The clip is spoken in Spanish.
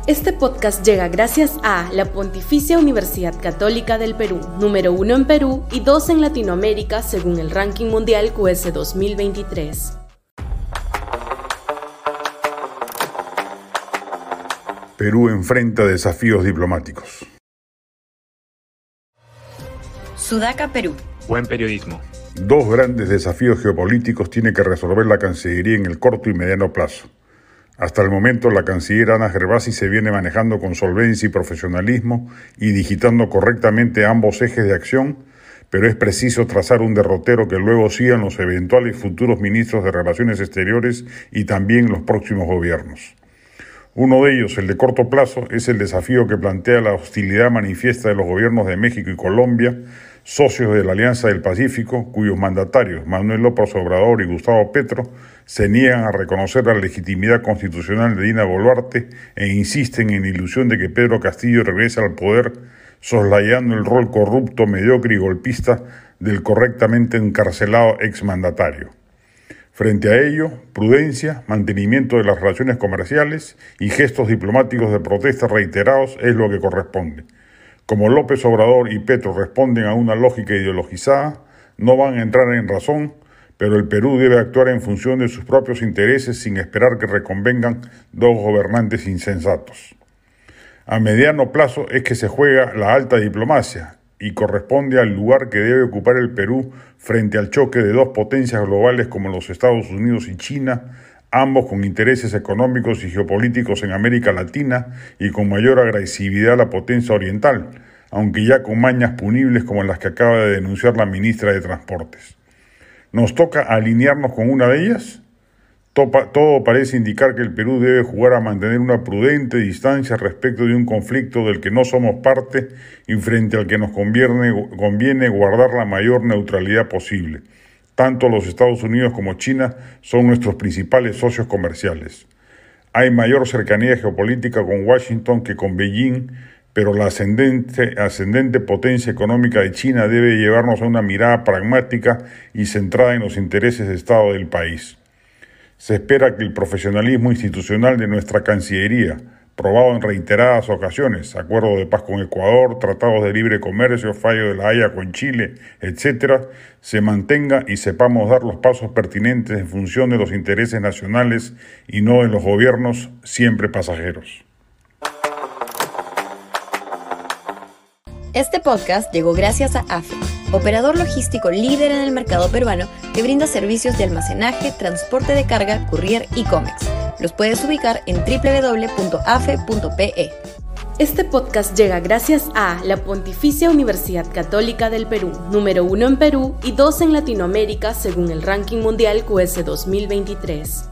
Este podcast llega gracias a la Pontificia Universidad Católica del Perú, número 1 en Perú y 2 en Latinoamérica según el ranking mundial QS 2023. Perú enfrenta desafíos diplomáticos. Sudaca, Perú. Buen periodismo. Dos grandes desafíos geopolíticos tiene que resolver la Cancillería en el corto y mediano plazo. Hasta el momento, la canciller Ana Gervasi se viene manejando con solvencia y profesionalismo y digitando correctamente ambos ejes de acción, pero es preciso trazar un derrotero que luego sigan los eventuales futuros ministros de Relaciones Exteriores y también los próximos gobiernos. Uno de ellos, el de corto plazo, es el desafío que plantea la hostilidad manifiesta de los gobiernos de México y Colombia, socios de la Alianza del Pacífico, cuyos mandatarios, Manuel López Obrador y Gustavo Petro, se niegan a reconocer la legitimidad constitucional de Dina Boluarte e insisten en la ilusión de que Pedro Castillo regrese al poder, soslayando el rol corrupto, mediocre y golpista del correctamente encarcelado exmandatario. Frente a ello, prudencia, mantenimiento de las relaciones comerciales y gestos diplomáticos de protesta reiterados es lo que corresponde. Como López Obrador y Petro responden a una lógica ideologizada, no van a entrar en razón, pero el Perú debe actuar en función de sus propios intereses sin esperar que reconvengan dos gobernantes insensatos. A mediano plazo es que se juega la alta diplomacia y corresponde al lugar que debe ocupar el Perú frente al choque de dos potencias globales como los Estados Unidos y China, ambos con intereses económicos y geopolíticos en América Latina y con mayor agresividad a la potencia oriental, aunque ya con mañas punibles como las que acaba de denunciar la ministra de Transportes. ¿Nos toca alinearnos con una de ellas? Todo parece indicar que el Perú debe jugar a mantener una prudente distancia respecto de un conflicto del que no somos parte y frente al que nos conviene guardar la mayor neutralidad posible. Tanto los Estados Unidos como China son nuestros principales socios comerciales. Hay mayor cercanía geopolítica con Washington que con Beijing, pero la ascendente potencia económica de China debe llevarnos a una mirada pragmática y centrada en los intereses de Estado del país. Se espera que el profesionalismo institucional de nuestra Cancillería, probado en reiteradas ocasiones, acuerdo de paz con Ecuador, tratados de libre comercio, fallo de la Haya con Chile, etc., se mantenga y sepamos dar los pasos pertinentes en función de los intereses nacionales y no de los gobiernos siempre pasajeros. Este podcast llegó gracias a AFE, operador logístico líder en el mercado peruano que brinda servicios de almacenaje, transporte de carga, courier y cómics. Los puedes ubicar en www.afe.pe. Este podcast llega gracias a la Pontificia Universidad Católica del Perú, número 1 en Perú y 2 en Latinoamérica según el ranking mundial QS 2023.